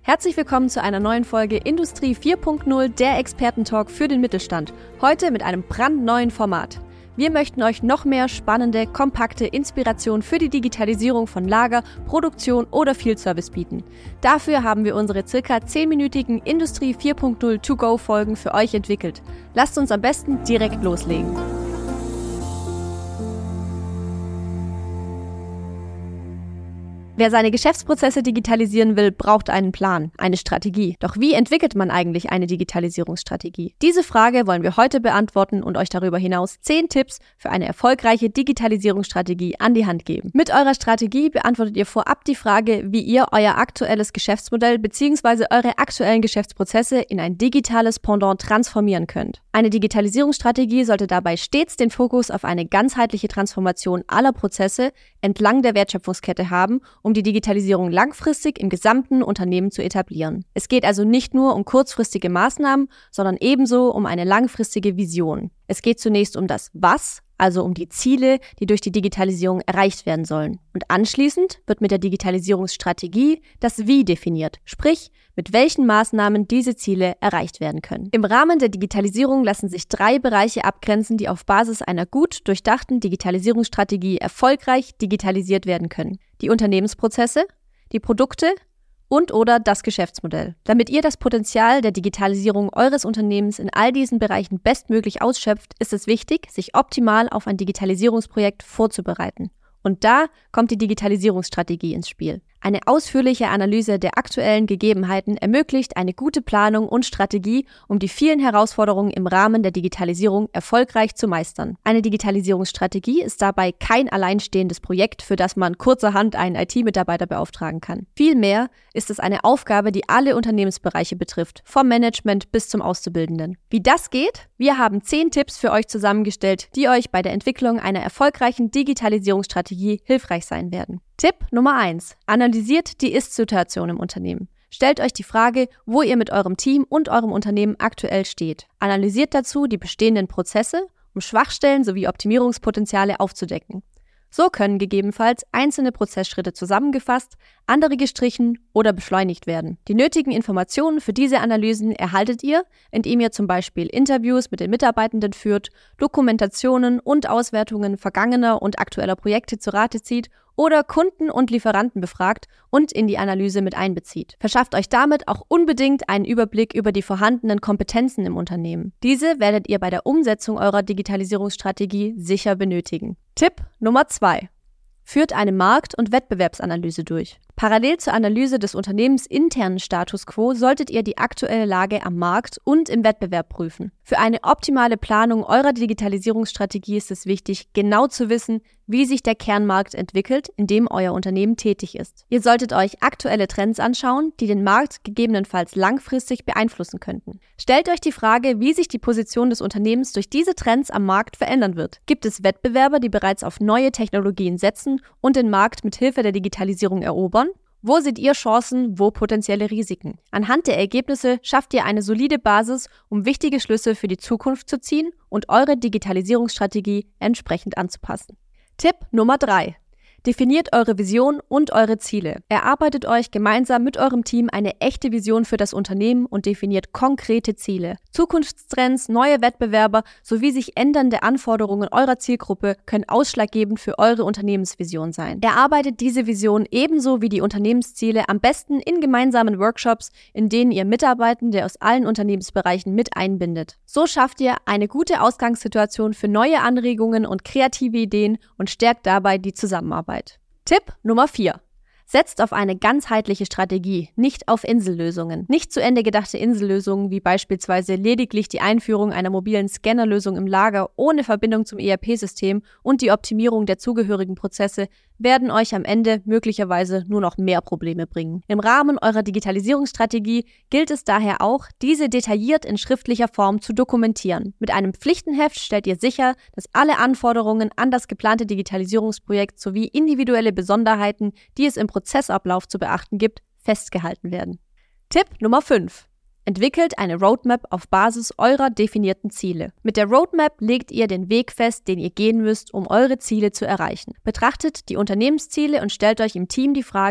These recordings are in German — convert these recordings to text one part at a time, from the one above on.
Herzlich willkommen zu einer neuen Folge Industrie 4.0, der Expertentalk für den Mittelstand. Heute mit einem brandneuen Format. Wir möchten euch noch mehr spannende, kompakte Inspiration für die Digitalisierung von Lager, Produktion oder Field Service bieten. Dafür haben wir unsere ca. 10-minütigen Industrie 4.0 To-Go-Folgen für euch entwickelt. Lasst uns am besten direkt loslegen. Wer seine Geschäftsprozesse digitalisieren will, braucht einen Plan, eine Strategie. Doch wie entwickelt man eigentlich eine Digitalisierungsstrategie? Diese Frage wollen wir heute beantworten und euch darüber hinaus 10 Tipps für eine erfolgreiche Digitalisierungsstrategie an die Hand geben. Mit eurer Strategie beantwortet ihr vorab die Frage, wie ihr euer aktuelles Geschäftsmodell bzw. eure aktuellen Geschäftsprozesse in ein digitales Pendant transformieren könnt. Eine Digitalisierungsstrategie sollte dabei stets den Fokus auf eine ganzheitliche Transformation aller Prozesse entlang der Wertschöpfungskette haben, um die Digitalisierung langfristig im gesamten Unternehmen zu etablieren. Es geht also nicht nur um kurzfristige Maßnahmen, sondern ebenso um eine langfristige Vision. Es geht zunächst um das Was, also um die Ziele, die durch die Digitalisierung erreicht werden sollen. Und anschließend wird mit der Digitalisierungsstrategie das Wie definiert, sprich, mit welchen Maßnahmen diese Ziele erreicht werden können. Im Rahmen der Digitalisierung lassen sich 3 Bereiche abgrenzen, die auf Basis einer gut durchdachten Digitalisierungsstrategie erfolgreich digitalisiert werden können. Die Unternehmensprozesse, die Produkte und/oder das Geschäftsmodell. Damit ihr das Potenzial der Digitalisierung eures Unternehmens in all diesen Bereichen bestmöglich ausschöpft, ist es wichtig, sich optimal auf ein Digitalisierungsprojekt vorzubereiten. Und da kommt die Digitalisierungsstrategie ins Spiel. Eine ausführliche Analyse der aktuellen Gegebenheiten ermöglicht eine gute Planung und Strategie, um die vielen Herausforderungen im Rahmen der Digitalisierung erfolgreich zu meistern. Eine Digitalisierungsstrategie ist dabei kein alleinstehendes Projekt, für das man kurzerhand einen IT-Mitarbeiter beauftragen kann. Vielmehr ist es eine Aufgabe, die alle Unternehmensbereiche betrifft, vom Management bis zum Auszubildenden. Wie das geht? Wir haben 10 Tipps für euch zusammengestellt, die euch bei der Entwicklung einer erfolgreichen Digitalisierungsstrategie hilfreich sein werden. Tipp Nummer 1. Analysiert die Ist-Situation im Unternehmen. Stellt euch die Frage, wo ihr mit eurem Team und eurem Unternehmen aktuell steht. Analysiert dazu die bestehenden Prozesse, um Schwachstellen sowie Optimierungspotenziale aufzudecken. So können gegebenenfalls einzelne Prozessschritte zusammengefasst, andere gestrichen oder beschleunigt werden. Die nötigen Informationen für diese Analysen erhaltet ihr, indem ihr zum Beispiel Interviews mit den Mitarbeitenden führt, Dokumentationen und Auswertungen vergangener und aktueller Projekte zu Rate zieht oder Kunden und Lieferanten befragt und in die Analyse mit einbezieht. Verschafft euch damit auch unbedingt einen Überblick über die vorhandenen Kompetenzen im Unternehmen. Diese werdet ihr bei der Umsetzung eurer Digitalisierungsstrategie sicher benötigen. Tipp Nummer 2. Führt eine Markt- und Wettbewerbsanalyse durch. Parallel zur Analyse des unternehmensinternen Status quo solltet ihr die aktuelle Lage am Markt und im Wettbewerb prüfen. Für eine optimale Planung eurer Digitalisierungsstrategie ist es wichtig, genau zu wissen, wie sich der Kernmarkt entwickelt, in dem euer Unternehmen tätig ist. Ihr solltet euch aktuelle Trends anschauen, die den Markt gegebenenfalls langfristig beeinflussen könnten. Stellt euch die Frage, wie sich die Position des Unternehmens durch diese Trends am Markt verändern wird. Gibt es Wettbewerber, die bereits auf neue Technologien setzen und den Markt mit Hilfe der Digitalisierung erobern? Wo seht ihr Chancen, wo potenzielle Risiken? Anhand der Ergebnisse schafft ihr eine solide Basis, um wichtige Schlüsse für die Zukunft zu ziehen und eure Digitalisierungsstrategie entsprechend anzupassen. Tipp Nummer 3. Definiert eure Vision und eure Ziele. Erarbeitet euch gemeinsam mit eurem Team eine echte Vision für das Unternehmen und definiert konkrete Ziele. Zukunftstrends, neue Wettbewerber sowie sich ändernde Anforderungen eurer Zielgruppe können ausschlaggebend für eure Unternehmensvision sein. Erarbeitet diese Vision ebenso wie die Unternehmensziele am besten in gemeinsamen Workshops, in denen ihr Mitarbeitende aus allen Unternehmensbereichen mit einbindet. So schafft ihr eine gute Ausgangssituation für neue Anregungen und kreative Ideen und stärkt dabei die Zusammenarbeit. Tipp Nummer 4. Setzt auf eine ganzheitliche Strategie, nicht auf Insellösungen. Nicht zu Ende gedachte Insellösungen wie beispielsweise lediglich die Einführung einer mobilen Scannerlösung im Lager ohne Verbindung zum ERP-System und die Optimierung der zugehörigen Prozesse werden euch am Ende möglicherweise nur noch mehr Probleme bringen. Im Rahmen eurer Digitalisierungsstrategie gilt es daher auch, diese detailliert in schriftlicher Form zu dokumentieren. Mit einem Pflichtenheft stellt ihr sicher, dass alle Anforderungen an das geplante Digitalisierungsprojekt sowie individuelle Besonderheiten, die es im Prozessablauf zu beachten gibt, festgehalten werden. Tipp Nummer 5. Entwickelt eine Roadmap auf Basis eurer definierten Ziele. Mit der Roadmap legt ihr den Weg fest, den ihr gehen müsst, um eure Ziele zu erreichen. Betrachtet die Unternehmensziele und stellt euch im Team die Frage,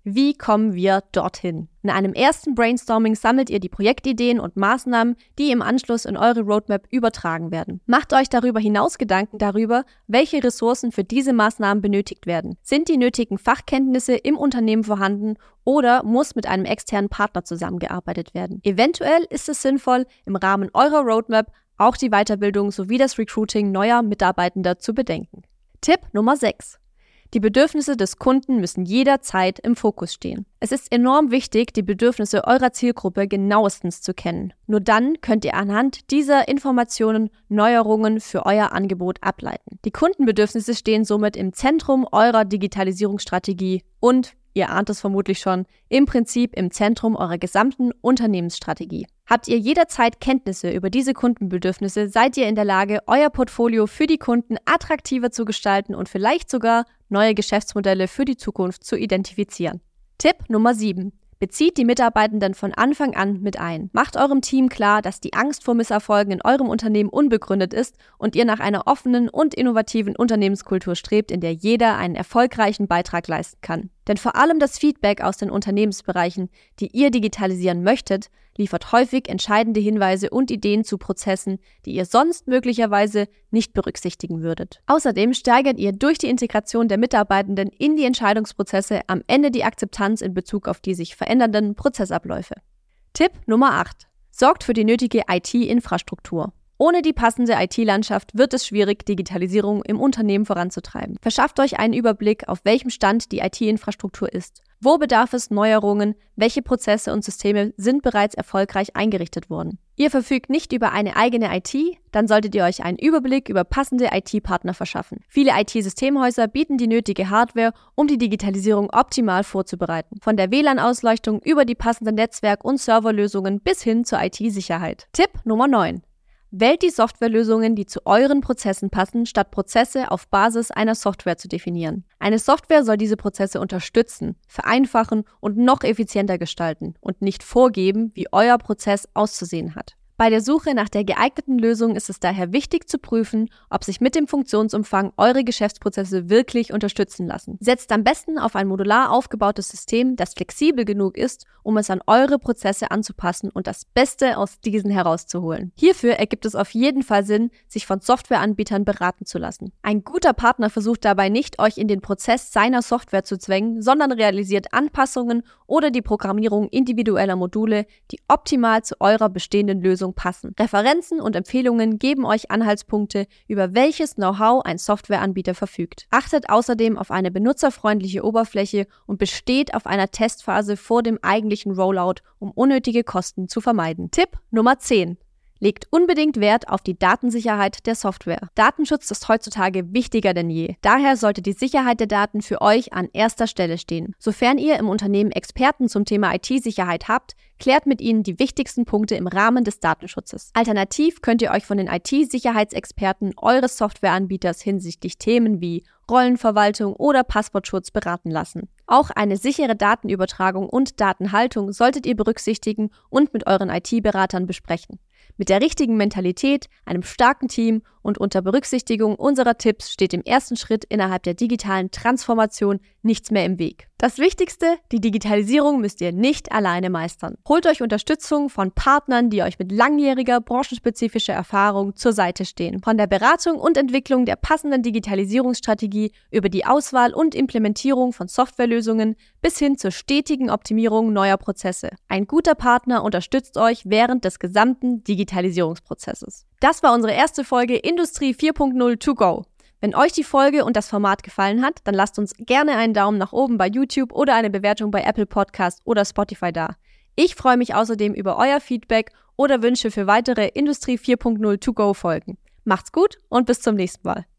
Wie kommen wir dorthin? In einem ersten Brainstorming sammelt ihr die Projektideen und Maßnahmen, die im Anschluss in eure Roadmap übertragen werden. Macht euch darüber hinaus Gedanken darüber, welche Ressourcen für diese Maßnahmen benötigt werden. Sind die nötigen Fachkenntnisse im Unternehmen vorhanden oder muss mit einem externen Partner zusammengearbeitet werden? Eventuell ist es sinnvoll, im Rahmen eurer Roadmap auch die Weiterbildung sowie das Recruiting neuer Mitarbeitender zu bedenken. Tipp Nummer 6. Die Bedürfnisse des Kunden müssen jederzeit im Fokus stehen. Es ist enorm wichtig, die Bedürfnisse eurer Zielgruppe genauestens zu kennen. Nur dann könnt ihr anhand dieser Informationen Neuerungen für euer Angebot ableiten. Die Kundenbedürfnisse stehen somit im Zentrum eurer Digitalisierungsstrategie und, ihr ahnt es vermutlich schon, im Prinzip im Zentrum eurer gesamten Unternehmensstrategie. Habt ihr jederzeit Kenntnisse über diese Kundenbedürfnisse, seid ihr in der Lage, euer Portfolio für die Kunden attraktiver zu gestalten und vielleicht sogar neue Geschäftsmodelle für die Zukunft zu identifizieren. Tipp Nummer 7. Bezieht die Mitarbeitenden von Anfang an mit ein. Macht eurem Team klar, dass die Angst vor Misserfolgen in eurem Unternehmen unbegründet ist und ihr nach einer offenen und innovativen Unternehmenskultur strebt, in der jeder einen erfolgreichen Beitrag leisten kann. Denn vor allem das Feedback aus den Unternehmensbereichen, die ihr digitalisieren möchtet, liefert häufig entscheidende Hinweise und Ideen zu Prozessen, die ihr sonst möglicherweise nicht berücksichtigen würdet. Außerdem steigert ihr durch die Integration der Mitarbeitenden in die Entscheidungsprozesse am Ende die Akzeptanz in Bezug auf die sich verändernden Prozessabläufe. Tipp Nummer 8. Sorgt für die nötige IT-Infrastruktur. Ohne die passende IT-Landschaft wird es schwierig, Digitalisierung im Unternehmen voranzutreiben. Verschafft euch einen Überblick, auf welchem Stand die IT-Infrastruktur ist. Wo bedarf es Neuerungen? Welche Prozesse und Systeme sind bereits erfolgreich eingerichtet worden? Ihr verfügt nicht über eine eigene IT? Dann solltet ihr euch einen Überblick über passende IT-Partner verschaffen. Viele IT-Systemhäuser bieten die nötige Hardware, um die Digitalisierung optimal vorzubereiten. Von der WLAN-Ausleuchtung über die passenden Netzwerk- und Serverlösungen bis hin zur IT-Sicherheit. Tipp Nummer 9. Wählt die Softwarelösungen, die zu euren Prozessen passen, statt Prozesse auf Basis einer Software zu definieren. Eine Software soll diese Prozesse unterstützen, vereinfachen und noch effizienter gestalten und nicht vorgeben, wie euer Prozess auszusehen hat. Bei der Suche nach der geeigneten Lösung ist es daher wichtig zu prüfen, ob sich mit dem Funktionsumfang eure Geschäftsprozesse wirklich unterstützen lassen. Setzt am besten auf ein modular aufgebautes System, das flexibel genug ist, um es an eure Prozesse anzupassen und das Beste aus diesen herauszuholen. Hierfür ergibt es auf jeden Fall Sinn, sich von Softwareanbietern beraten zu lassen. Ein guter Partner versucht dabei nicht, euch in den Prozess seiner Software zu zwängen, sondern realisiert Anpassungen oder die Programmierung individueller Module, die optimal zu eurer bestehenden Lösung passen. Referenzen und Empfehlungen geben euch Anhaltspunkte, über welches Know-how ein Softwareanbieter verfügt. Achtet außerdem auf eine benutzerfreundliche Oberfläche und besteht auf einer Testphase vor dem eigentlichen Rollout, um unnötige Kosten zu vermeiden. Tipp Nummer 10. Legt unbedingt Wert auf die Datensicherheit der Software. Datenschutz ist heutzutage wichtiger denn je. Daher sollte die Sicherheit der Daten für euch an erster Stelle stehen. Sofern ihr im Unternehmen Experten zum Thema IT-Sicherheit habt, klärt mit ihnen die wichtigsten Punkte im Rahmen des Datenschutzes. Alternativ könnt ihr euch von den IT-Sicherheitsexperten eures Softwareanbieters hinsichtlich Themen wie Rollenverwaltung oder Passwortschutz beraten lassen. Auch eine sichere Datenübertragung und Datenhaltung solltet ihr berücksichtigen und mit euren IT-Beratern besprechen. Mit der richtigen Mentalität, einem starken Team und unter Berücksichtigung unserer Tipps steht dem ersten Schritt innerhalb der digitalen Transformation nichts mehr im Weg. Das Wichtigste, die Digitalisierung müsst ihr nicht alleine meistern. Holt euch Unterstützung von Partnern, die euch mit langjähriger, branchenspezifischer Erfahrung zur Seite stehen. Von der Beratung und Entwicklung der passenden Digitalisierungsstrategie über die Auswahl und Implementierung von Softwarelösungen bis hin zur stetigen Optimierung neuer Prozesse. Ein guter Partner unterstützt euch während des gesamten Digitalisierungsprozesses. Das war unsere erste Folge Industrie 4.0 to go. Wenn euch die Folge und das Format gefallen hat, dann lasst uns gerne einen Daumen nach oben bei YouTube oder eine Bewertung bei Apple Podcast oder Spotify da. Ich freue mich außerdem über euer Feedback oder Wünsche für weitere Industrie 4.0 to go Folgen. Macht's gut und bis zum nächsten Mal.